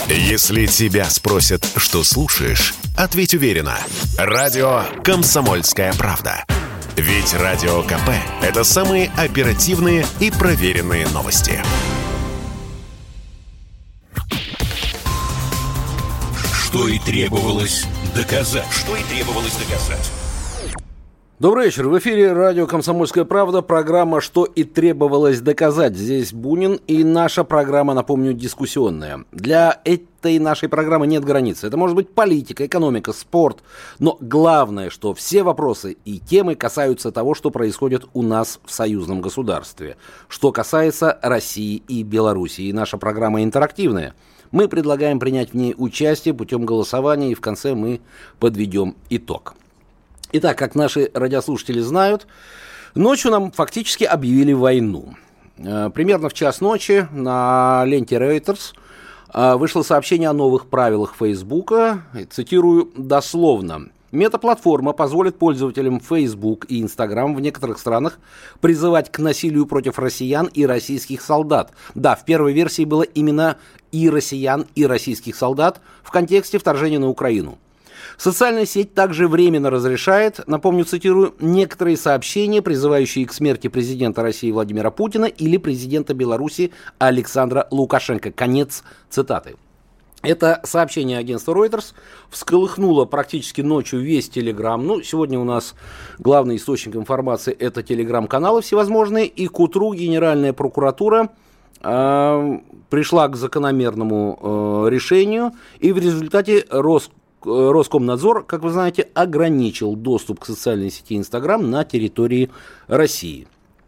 Если тебя спросят, что слушаешь, ответь уверенно. Радио «Комсомольская правда». Ведь Радио КП – это самые оперативные и проверенные новости. Что и требовалось доказать. Добрый вечер. В эфире радио «Комсомольская правда», программа «Что и требовалось доказать». Здесь Бунин, и наша программа, напомню, дискуссионная. Для этой нашей программы нет границ. Это может быть политика, экономика, спорт. Но главное, что все вопросы и темы касаются того, что происходит у нас в союзном государстве. Что касается России и Беларуси. И наша программа интерактивная. Мы предлагаем принять в ней участие путем голосования, и в конце мы подведем итог. Итак, как наши радиослушатели знают, ночью нам фактически объявили войну. Примерно в час ночи на ленте Reuters вышло сообщение о новых правилах Фейсбука. Цитирую дословно. Мета-платформа позволит пользователям Facebook и Instagram в некоторых странах призывать к насилию против россиян и российских солдат. Да, в первой версии было именно и россиян, и российских солдат в контексте вторжения на Украину. Социальная сеть также временно разрешает, напомню, цитирую, некоторые сообщения, призывающие к смерти президента России Владимира Путина или президента Беларуси Александра Лукашенко. Конец цитаты. Это сообщение агентства Reuters всколыхнуло практически ночью весь Telegram. Ну, сегодня у нас главный источник информации – это Telegram-каналы всевозможные. И к утру Генеральная прокуратура пришла к закономерному решению. И в результате Роскомнадзор, как вы знаете, ограничил доступ к социальной сети Instagram на территории России.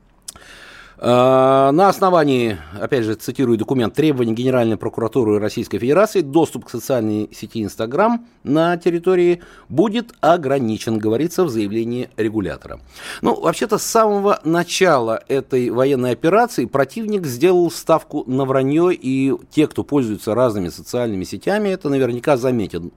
На основании, опять же, цитирую документ, требований Генеральной прокуратуры Российской Федерации, доступ к социальной сети Instagram на территории будет ограничен, говорится в заявлении регулятора. Ну, вообще-то, с самого начала этой военной операции противник сделал ставку на вранье, и те, кто пользуется разными социальными сетями, это наверняка заметил.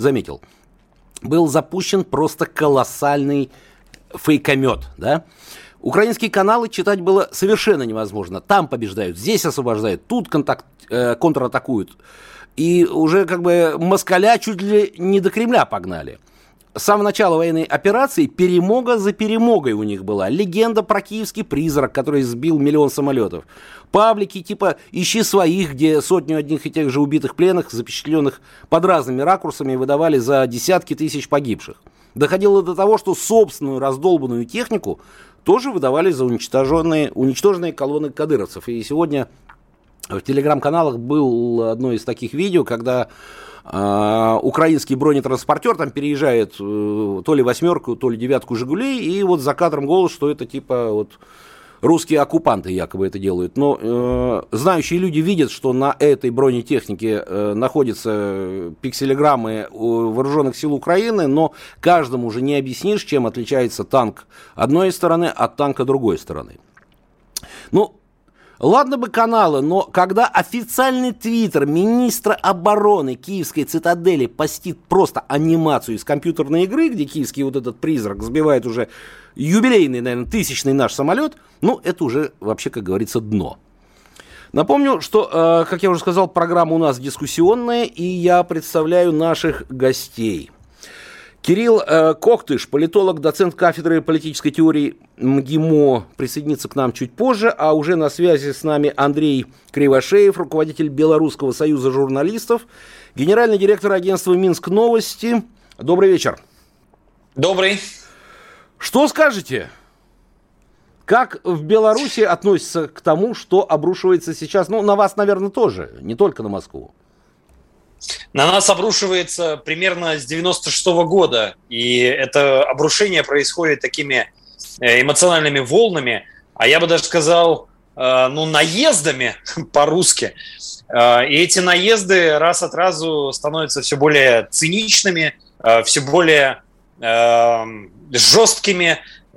Был запущен просто колоссальный фейкомет, да? Украинские каналы читать было совершенно невозможно. Там побеждают, здесь освобождают, тут контратакуют. И уже как бы москаля чуть ли не до Кремля погнали. С самого начала военной операции перемога за перемогой у них была. Легенда про киевский призрак, который сбил 1 миллион самолетов. Паблики типа «Ищи своих», где сотню одних и тех же убитых пленных, запечатленных под разными ракурсами, выдавали за десятки тысяч погибших. Доходило до того, что собственную раздолбанную технику тоже выдавали за уничтоженные колонны кадыровцев. И сегодня в телеграм-каналах было одно из таких видео, когда украинский бронетранспортер там переезжает то ли 8-ку, то ли 9-ку «Жигулей», и вот за кадром голос, что это типа вот русские оккупанты якобы это делают. Но знающие люди видят, что на этой бронетехнике находятся пикселеграммы вооруженных сил Украины, но каждому уже не объяснишь, чем отличается танк одной стороны от танка другой стороны. Ну, ладно бы каналы, но когда официальный твиттер министра обороны Киевской цитадели постит просто анимацию из компьютерной игры, где киевский вот этот призрак сбивает уже юбилейный, наверное, 1000-й наш самолет, ну, это уже вообще, как говорится, дно. Напомню, что, как я уже сказал, программа у нас дискуссионная, и я представляю наших гостей. Кирилл Коктыш, политолог, доцент кафедры политической теории МГИМО, присоединится к нам чуть позже, а уже на связи с нами Андрей Кривошеев, руководитель Белорусского союза журналистов, генеральный директор агентства «Минск Новости». Добрый вечер. Добрый. Что скажете? Как в Беларуси относятся к тому, что обрушивается сейчас? Ну, на вас, наверное, тоже, не только на Москву. На нас обрушивается примерно с 96-го года, и это обрушение происходит такими эмоциональными волнами, а я бы даже сказал, наездами по-русски. И эти наезды раз от разу становятся все более циничными, все более жесткими,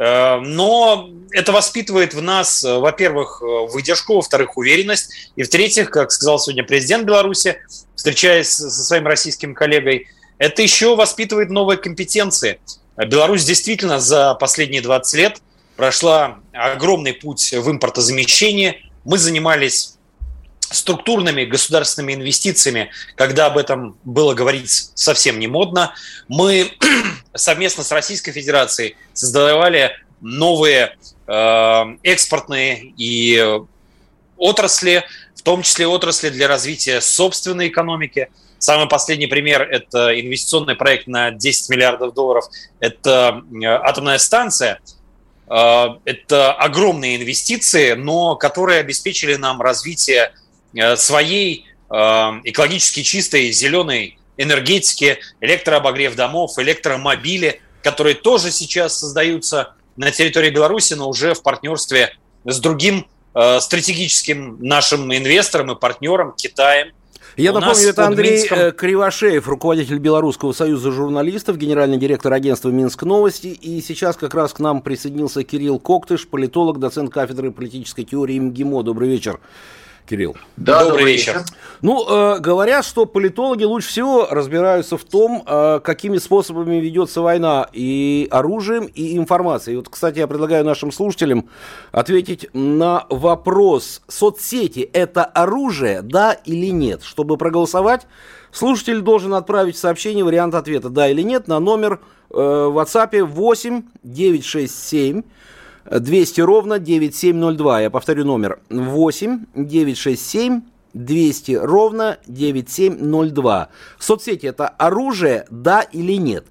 но это воспитывает в нас, во-первых, выдержку, во-вторых, уверенность, и в-третьих, как сказал сегодня президент Беларуси, встречаясь со своим российским коллегой, это еще воспитывает новые компетенции. Беларусь действительно за последние 20 лет прошла огромный путь в импортозамещении. Мы занимались структурными государственными инвестициями, когда об этом было говорить совсем не модно. Мы совместно с Российской Федерацией создавали новые экспортные и отрасли, в том числе отрасли для развития собственной экономики. Самый последний пример – это инвестиционный проект на 10 миллиардов долларов. Это атомная станция. Это огромные инвестиции, но которые обеспечили нам развитие своей экологически чистой зеленой энергетики, электрообогрев домов, электромобили, которые тоже сейчас создаются на территории Беларуси, но уже в партнерстве с другим стратегическим нашим инвестором и партнером Китаем. Я напомню, это Андрей Кривошеев, руководитель Белорусского союза журналистов, генеральный директор агентства «Минск Новости». И сейчас как раз к нам присоединился Кирилл Коктыш, политолог, доцент кафедры политической теории МГИМО. Добрый вечер, Кирилл. Да, добрый вечер. Ну, говорят, что политологи лучше всего разбираются в том, какими способами ведется война, и оружием, и информацией. И вот, кстати, я предлагаю нашим слушателям ответить на вопрос: соцсети – это оружие, да или нет? Чтобы проголосовать, слушатель должен отправить сообщение, вариант ответа «да» или «нет» на номер в WhatsApp 8 967 200 ровно 9702. Я повторю номер 8 967 200 ровно 9702. Соцсети – это оружие, да или нет?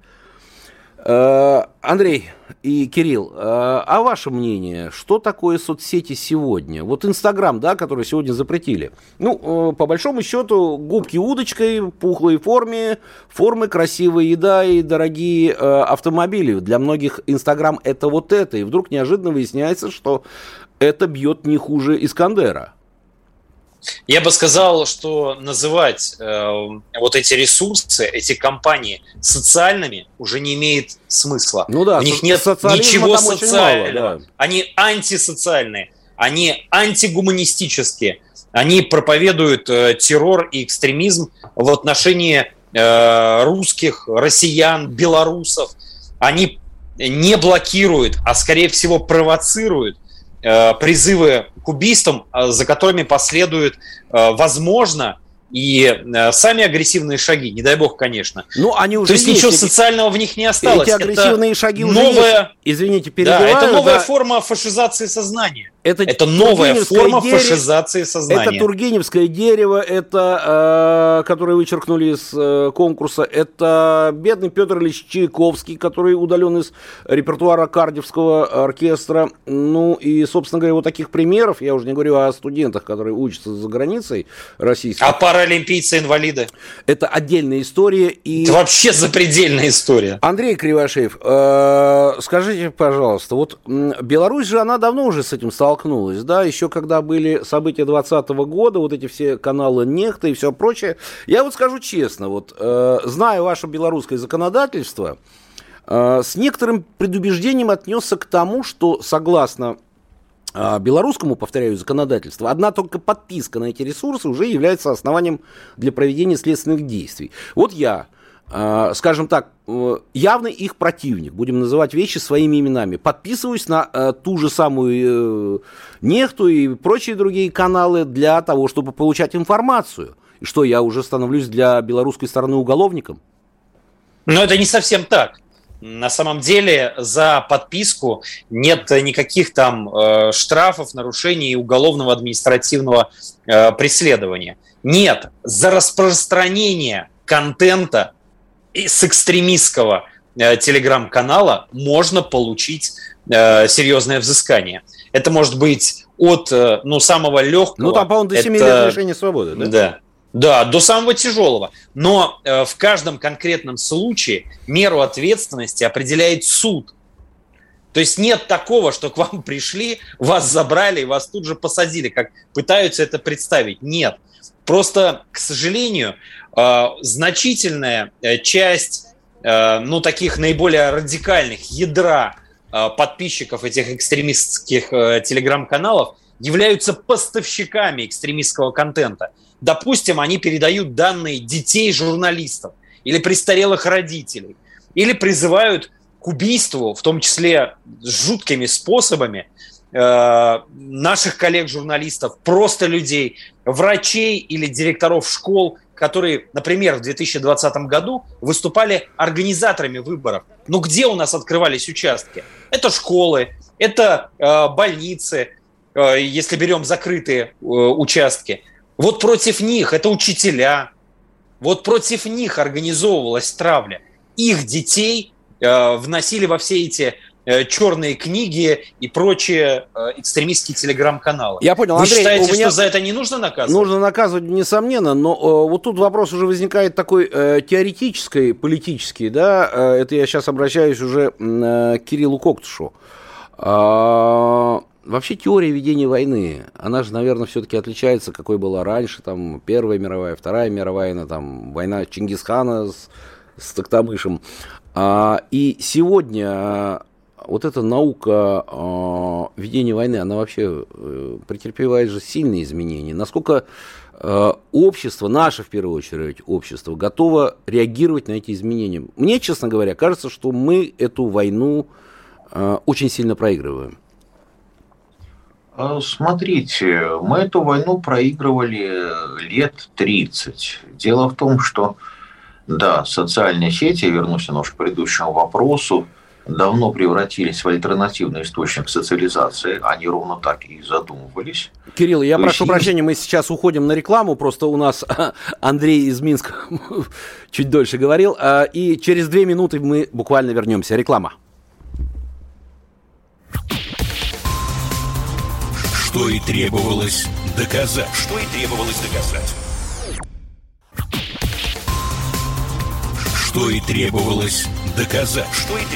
Андрей и Кирилл, а ваше мнение, что такое соцсети сегодня? Вот Инстаграм, да, который сегодня запретили. Ну, по большому счету, губки удочкой, пухлые формы, красивая еда и дорогие автомобили. Для многих Инстаграм это вот это. И вдруг неожиданно выясняется, что это бьет не хуже Искандера. Я бы сказал, что называть вот эти ресурсы, эти компании социальными уже не имеет смысла. Ну да, в них нет ничего социального. Мало, да. Они антисоциальные, они антигуманистические. Они проповедуют террор и экстремизм в отношении русских, россиян, белорусов. Они не блокируют, а скорее всего провоцируют призывы к убийствам, за которыми последуют, возможно, и сами агрессивные шаги, не дай бог, конечно. Ну, они уже То есть ничего социального в них не осталось. Эти агрессивные шаги уже есть. Извините, перебиваю. Да, это новая форма фашизации сознания. Это новая форма фашизации сознания. Это тургеневское дерево, это, которое вычеркнули из конкурса, это бедный Петр Ильич Чайковский, который удален из репертуара Кардиевского оркестра. Ну и, собственно говоря, вот таких примеров, я уже не говорю о студентах, которые учатся за границей российской. А паралимпийцы-инвалиды? Это отдельная история. И... Это вообще запредельная история. Андрей Кривошеев, скажите, пожалуйста, вот Беларусь же, она давно уже с этим сталкивалась, да, еще когда были события 2020 года, вот эти все каналы Нехта и все прочее. Я вот скажу честно, вот, зная ваше белорусское законодательство, с некоторым предубеждением отнесся к тому, что согласно белорусскому, повторяю, законодательству, одна только подписка на эти ресурсы уже является основанием для проведения следственных действий. Вот я, скажем так, явный их противник, будем называть вещи своими именами, подписываюсь на ту же самую Нехту и прочие другие каналы для того, чтобы получать информацию. И что, я уже становлюсь для белорусской стороны уголовником? Но это не совсем так. На самом деле за подписку нет никаких там штрафов, нарушений и уголовного административного преследования. Нет, за распространение контента с экстремистского телеграм-канала можно получить серьезное взыскание. Это может быть от самого легкого... Ну, там, по-моему, до 7 лет лишения свободы, да? Да, до самого тяжелого. Но в каждом конкретном случае меру ответственности определяет суд. То есть нет такого, что к вам пришли, вас забрали и вас тут же посадили, как пытаются это представить. Нет. Просто, к сожалению, значительная часть, таких наиболее радикальных ядра подписчиков этих экстремистских телеграм-каналов являются поставщиками экстремистского контента. Допустим, они передают данные детей журналистов или престарелых родителей, или призывают к убийству, в том числе с жуткими способами, наших коллег-журналистов, просто людей, врачей или директоров школ, которые, например, в 2020 году выступали организаторами выборов. Ну, где у нас открывались участки? Это школы, это больницы, если берем закрытые участки. Вот против них, это учителя, вот против них организовывалась травля. Их детей вносили во все эти черные книги и прочие экстремистские телеграм-каналы. Я понял, Вы Андрей, считаете, что за это не нужно наказывать? Нужно наказывать, несомненно, но вот тут вопрос уже возникает такой теоретический, политический, да, это я сейчас обращаюсь уже к Кириллу Коктышу. Вообще теория ведения войны, она же, наверное, все-таки отличается, какой была раньше, там, Первая мировая, Вторая мировая, там, война Чингисхана с Токтамышем. И сегодня вот эта наука ведения войны, она вообще претерпевает же сильные изменения. Насколько общество, наше в первую очередь общество, готово реагировать на эти изменения? Мне, честно говоря, кажется, что мы эту войну очень сильно проигрываем. Смотрите, мы эту войну проигрывали лет 30. Дело в том, что, да, социальные сети, я вернусь немножко к предыдущему вопросу, давно превратились в альтернативный источник социализации. Они ровно так и задумывались. Кирилл, я прошу прощения, мы сейчас уходим на рекламу, просто у нас Андрей из Минска чуть дольше говорил, и через 2 минуты мы буквально вернемся. Реклама. Что и требовалось доказать. Что и требовалось доказать.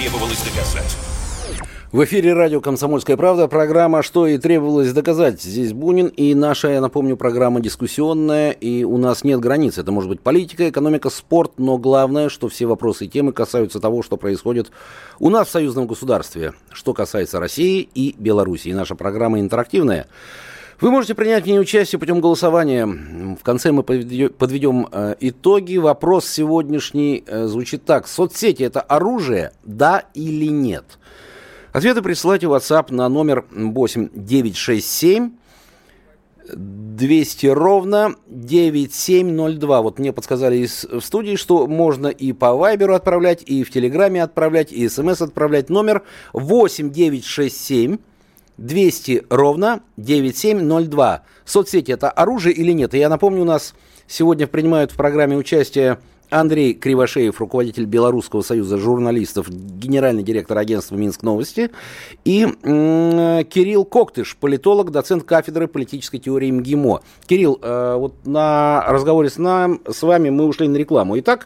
В эфире радио «Комсомольская правда», программа «Что и требовалось доказать». Здесь Бунин, и наша, я напомню, программа дискуссионная, и у нас нет границ. Это может быть политика, экономика, спорт, но главное, что все вопросы и темы касаются того, что происходит у нас в союзном государстве, что касается России и Беларуси. И наша программа интерактивная. Вы можете принять в ней участие путем голосования. В конце мы подведем итоги. Вопрос сегодняшний звучит так. Соцсети – это оружие, да или нет? Ответы присылайте в WhatsApp на номер 8967 200 ровно 9702. Вот мне подсказали в студии, что можно и по Вайберу отправлять, и в Телеграме отправлять, и СМС отправлять. Номер 8967 200 ровно 9702. Соцсети – это оружие или нет? И я напомню, у нас сегодня принимают в программе участие Андрей Кривошеев, руководитель Белорусского союза журналистов, генеральный директор агентства «Минск Новости», и Кирилл Коктыш, политолог, доцент кафедры политической теории МГИМО. Кирилл, вот на разговоре с вами мы ушли на рекламу. Итак,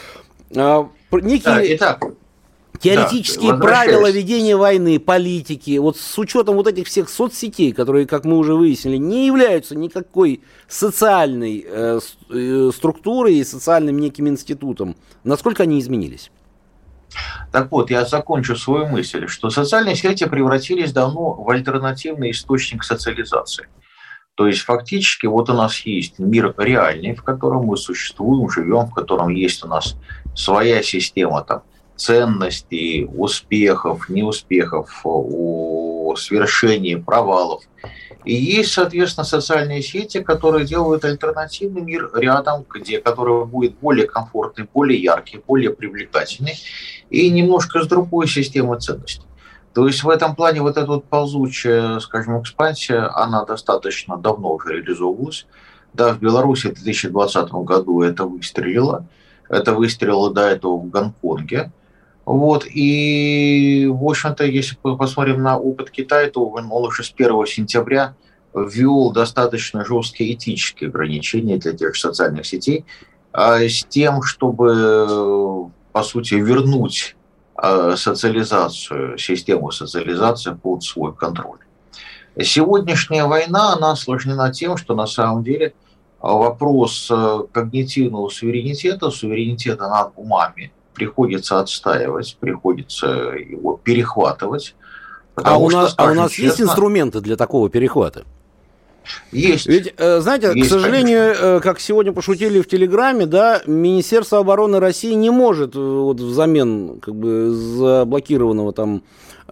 некие теоретические правила ведения войны, политики, вот с учетом вот этих всех соцсетей, которые, как мы уже выяснили, не являются никакой социальной структурой и социальным неким институтом, насколько они изменились? Так вот, я закончу свою мысль, что социальные сети превратились давно в альтернативный источник социализации. То есть фактически вот у нас есть мир реальный, в котором мы существуем, живем, в котором есть у нас своя система там ценностей, успехов, неуспехов, свершений, провалов. И есть, соответственно, социальные сети, которые делают альтернативный мир рядом, который будет более комфортный, более яркий, более привлекательный и немножко с другой системой ценностей. То есть в этом плане вот эта вот ползучая, скажем, экспансия, она достаточно давно уже реализовывалась. Да, в Беларуси в 2020 году это выстрелило. Это выстрелило до этого в Гонконге. Вот, и, в общем-то, если мы посмотрим на опыт Китая, то он уже с 1 сентября ввел достаточно жесткие этические ограничения для тех же социальных сетей с тем, чтобы, по сути, вернуть социализацию, систему социализации под свой контроль. Сегодняшняя война, она осложнена тем, что на самом деле вопрос когнитивного суверенитета над умами, приходится отстаивать, приходится его перехватывать. У нас есть инструменты для такого перехвата? Есть. Ведь, знаете, Есть, к сожалению, конечно. как сегодня пошутили в Телеграме, да, Министерство обороны России не может вот взамен как бы заблокированного там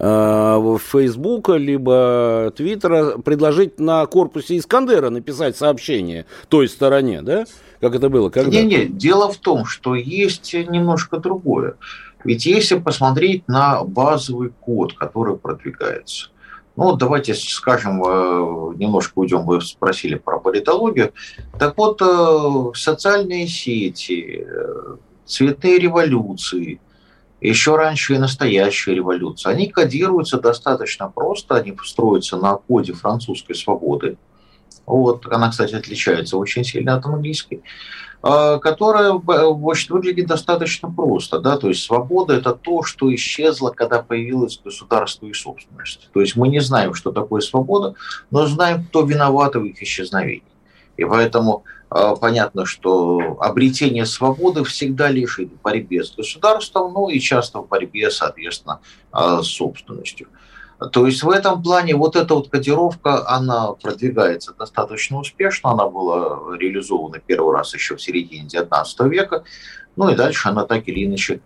Фейсбука либо Твиттера предложить на корпусе Искандера написать сообщение той стороне, да, как это было когда-то. Нет, дело в том, что есть немножко другое. Ведь если посмотреть на базовый код, который продвигается, ну, давайте скажем, немножко уйдем, вы спросили про политологию. Так вот, социальные сети, цветные революции, еще раньше и настоящая революция, они кодируются достаточно просто, они строятся на коде французской свободы. Вот, она, кстати, отличается очень сильно от английской, которая выглядит достаточно просто. Да? То есть свобода – это то, что исчезло, когда появилось государство и собственность. То есть мы не знаем, что такое свобода, но знаем, кто виноват в их исчезновении. И поэтому понятно, что обретение свободы всегда лежит в борьбе с государством, ну и часто в борьбе, соответственно, с собственностью. То есть в этом плане вот эта вот кодировка, она продвигается достаточно успешно, она была реализована первый раз еще в середине XIX века, ну и дальше она так или иначе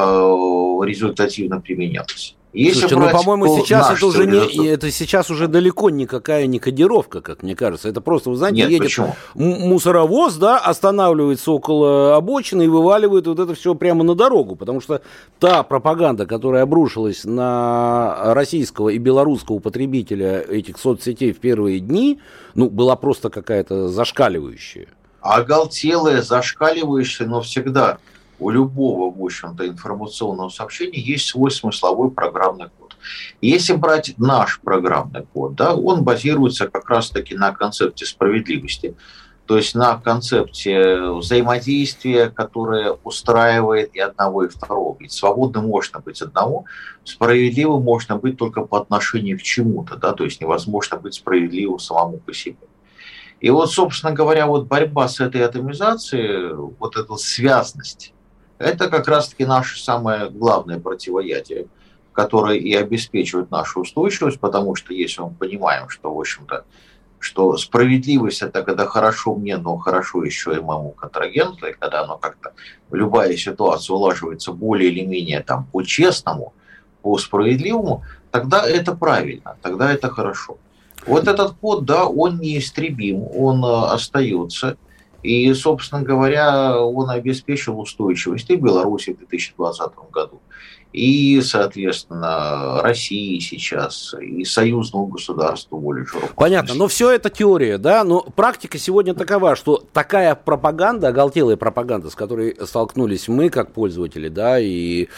результативно применялась. Если слушайте, ну, по-моему, сейчас это уже это сейчас уже далеко никакая не кодировка, как мне кажется. Это просто, вы знаете, Нет, едет почему? Мусоровоз, да, останавливается около обочины и вываливает вот это все прямо на дорогу. Потому что та пропаганда, которая обрушилась на российского и белорусского потребителя этих соцсетей в первые дни, ну, была просто какая-то зашкаливающая. Оголтелая, зашкаливающая, но всегда... У любого, в общем-то, информационного сообщения есть свой смысловой программный код. Если брать наш программный код, да, он базируется как раз-таки на концепте справедливости, то есть на концепте взаимодействия, которое устраивает и одного, и второго. Ведь свободным можно быть одному, справедливым можно быть только по отношению к чему-то, да, то есть невозможно быть справедливым самому по себе. И вот, собственно говоря, вот борьба с этой атомизацией, вот эта связность, это как раз-таки наше самое главное противоядие, которое и обеспечивает нашу устойчивость, потому что если мы понимаем, что, в общем-то, что справедливость – это когда хорошо мне, но хорошо еще и моему контрагенту, и когда оно как-то, любая ситуация улаживается более или менее там, по-честному, по-справедливому, тогда это правильно, тогда это хорошо. Вот этот код, да, он неистребим, он остается. И, собственно говоря, он обеспечил устойчивость и в Беларуси в 2020 году, и, соответственно, России сейчас, и союзному государству более широкого. Понятно, но все это теория, да, но практика сегодня такова, что такая пропаганда, оголтелая пропаганда, с которой столкнулись мы, как пользователи, да, и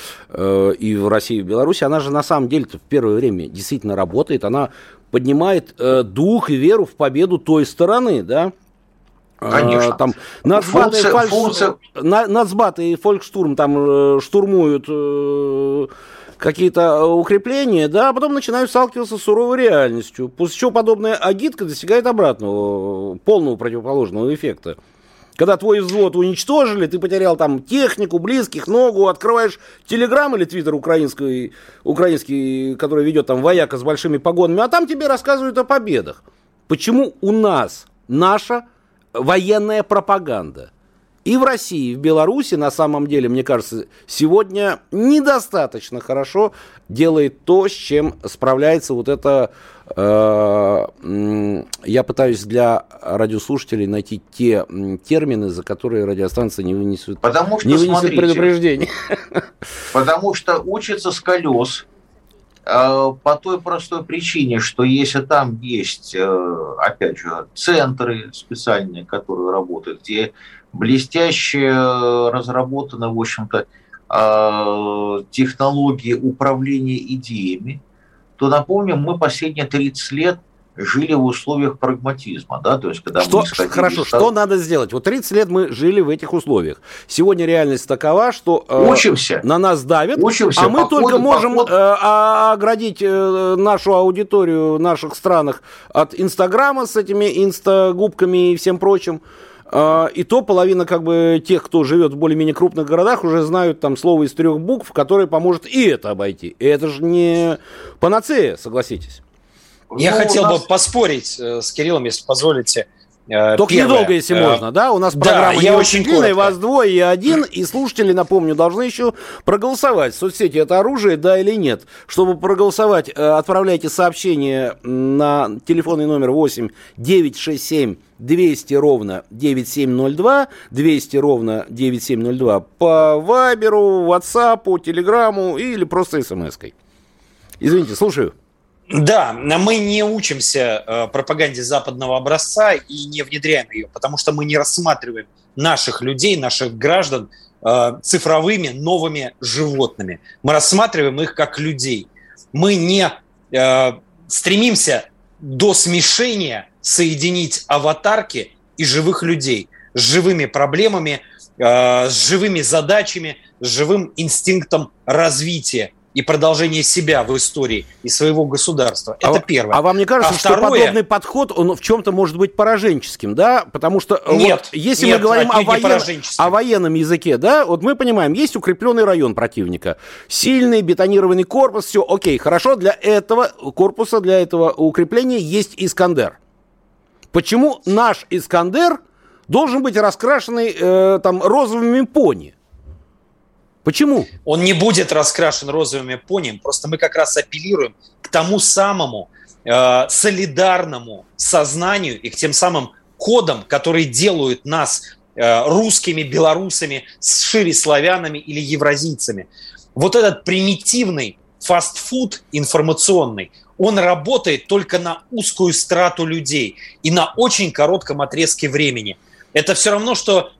в России, и в Беларуси, она же на самом деле-то в первое время действительно работает, она поднимает дух и веру в победу той стороны, да. Конечно. Там Нацбат и Фольксштурм там штурмуют какие-то укрепления, да, а потом начинают сталкиваться с суровой реальностью, после чего подобная агитка достигает обратного, полного противоположного эффекта. Когда твой взвод уничтожили, ты потерял там технику, близких, ногу, открываешь Телеграм или Твиттер украинский, который ведет там вояка с большими погонами, а там тебе рассказывают о победах. Почему у нас наша военная пропаганда и в России, и в Беларуси, на самом деле, мне кажется, сегодня недостаточно хорошо делает то, с чем справляется вот это... Я пытаюсь для радиослушателей найти те термины, за которые радиостанция не вынесет предупреждение. Потому что учится с колес по той простой причине, что если там есть, опять же, центры специальные, которые работают, где блестяще разработаны, в общем-то, технологии управления идеями, то, напомню, мы последние 30 лет жили в условиях прагматизма. Да? То есть, когда Хорошо, что надо сделать? Вот 30 лет мы жили в этих условиях. Сегодня реальность такова, что на нас давят, а мы только можем оградить нашу аудиторию в наших странах от Инстаграма с этими инстагубками и всем прочим. И то половина как бы тех, кто живет в более-менее крупных городах, уже знают там слово из 3 букв, которое поможет и это обойти. И это же не панацея, согласитесь. Я хотел бы поспорить с Кириллом, если позволите. Только недолго, если можно, да? У нас программа не очень длинная, вас двое и один, и слушатели, напомню, должны еще проголосовать. Соцсети — это оружие, да или нет? Чтобы проголосовать, отправляйте сообщение на телефонный номер 8 967 200 ровно 9702, 200 ровно 9702 по Вайберу, Ватсапу, Телеграмму или просто СМС-кой. Извините, слушаю. Да, мы не учимся пропаганде западного образца и не внедряем ее, потому что мы не рассматриваем наших людей, наших граждан цифровыми новыми животными. Мы рассматриваем их как людей. Мы не стремимся до смешения соединить аватарки и живых людей с живыми проблемами, с живыми задачами, с живым инстинктом развития и продолжение себя в истории и своего государства. Это первое. А вам не кажется, что подобный подход, он в чем-то может быть пораженческим, да? Потому что нет, вот, если мы говорим о военном языке, да, вот мы понимаем, есть укрепленный район противника, сильный бетонированный корпус, все окей, хорошо, для этого корпуса, для этого укрепления есть Искандер. Почему наш Искандер должен быть раскрашенный там розовыми пони? Почему? Он не будет раскрашен розовыми пони, просто мы как раз апеллируем к тому самому солидарному сознанию и к тем самым кодам, которые делают нас русскими, белорусами, шире-славянами или евразийцами. Вот этот примитивный фастфуд информационный, он работает только на узкую страту людей и на очень коротком отрезке времени. Это все равно, что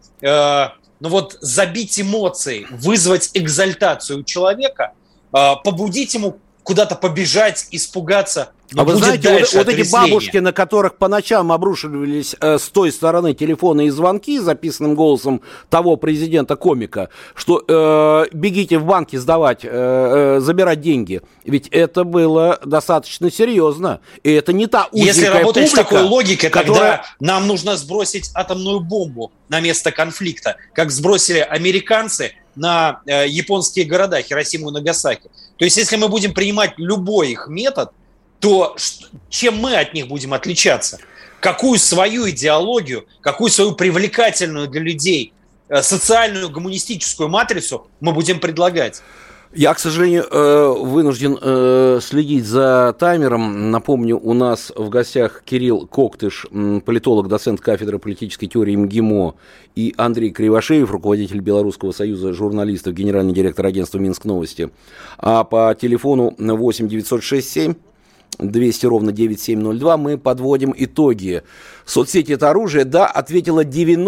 забить эмоции, вызвать экзальтацию у человека, побудить ему куда-то побежать, испугаться. А вы знаете, вот эти бабушки, на которых по ночам обрушивались с той стороны телефоны и звонки записанным голосом того президента-комика, что бегите в банки сдавать, забирать деньги. Ведь это было достаточно серьезно. И это не та узенькая Если работать публика, в такой логике, которая... тогда нам нужно сбросить атомную бомбу на место конфликта, как сбросили американцы на японские города Хиросиму и Нагасаки. То есть если мы будем принимать любой их метод, то чем мы от них будем отличаться? Какую свою идеологию, какую свою привлекательную для людей социальную гуманистическую матрицу мы будем предлагать? Я, к сожалению, вынужден следить за таймером. Напомню, у нас в гостях Кирилл Коктыш, политолог, доцент кафедры политической теории МГИМО, и Андрей Кривошеев, руководитель Белорусского союза журналистов, генеральный директор агентства «Минск Новости». А по телефону 8 967 200 ровно 9702 мы подводим итоги. Соцсети — это оружие, да, ответило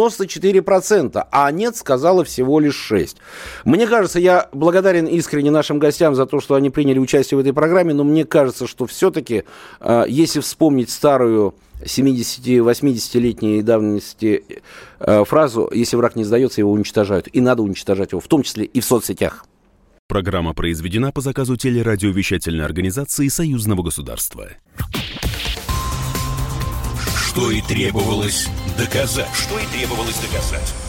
94%, а нет, сказала всего лишь 6%. Мне кажется, я благодарен искренне нашим гостям за то, что они приняли участие в этой программе, но мне кажется, что все-таки, если вспомнить старую 70-80-летней давности фразу «если враг не сдается, его уничтожают», и надо уничтожать его, в том числе и в соцсетях. Программа произведена по заказу телерадиовещательной организации Союзного государства. Что и требовалось доказать.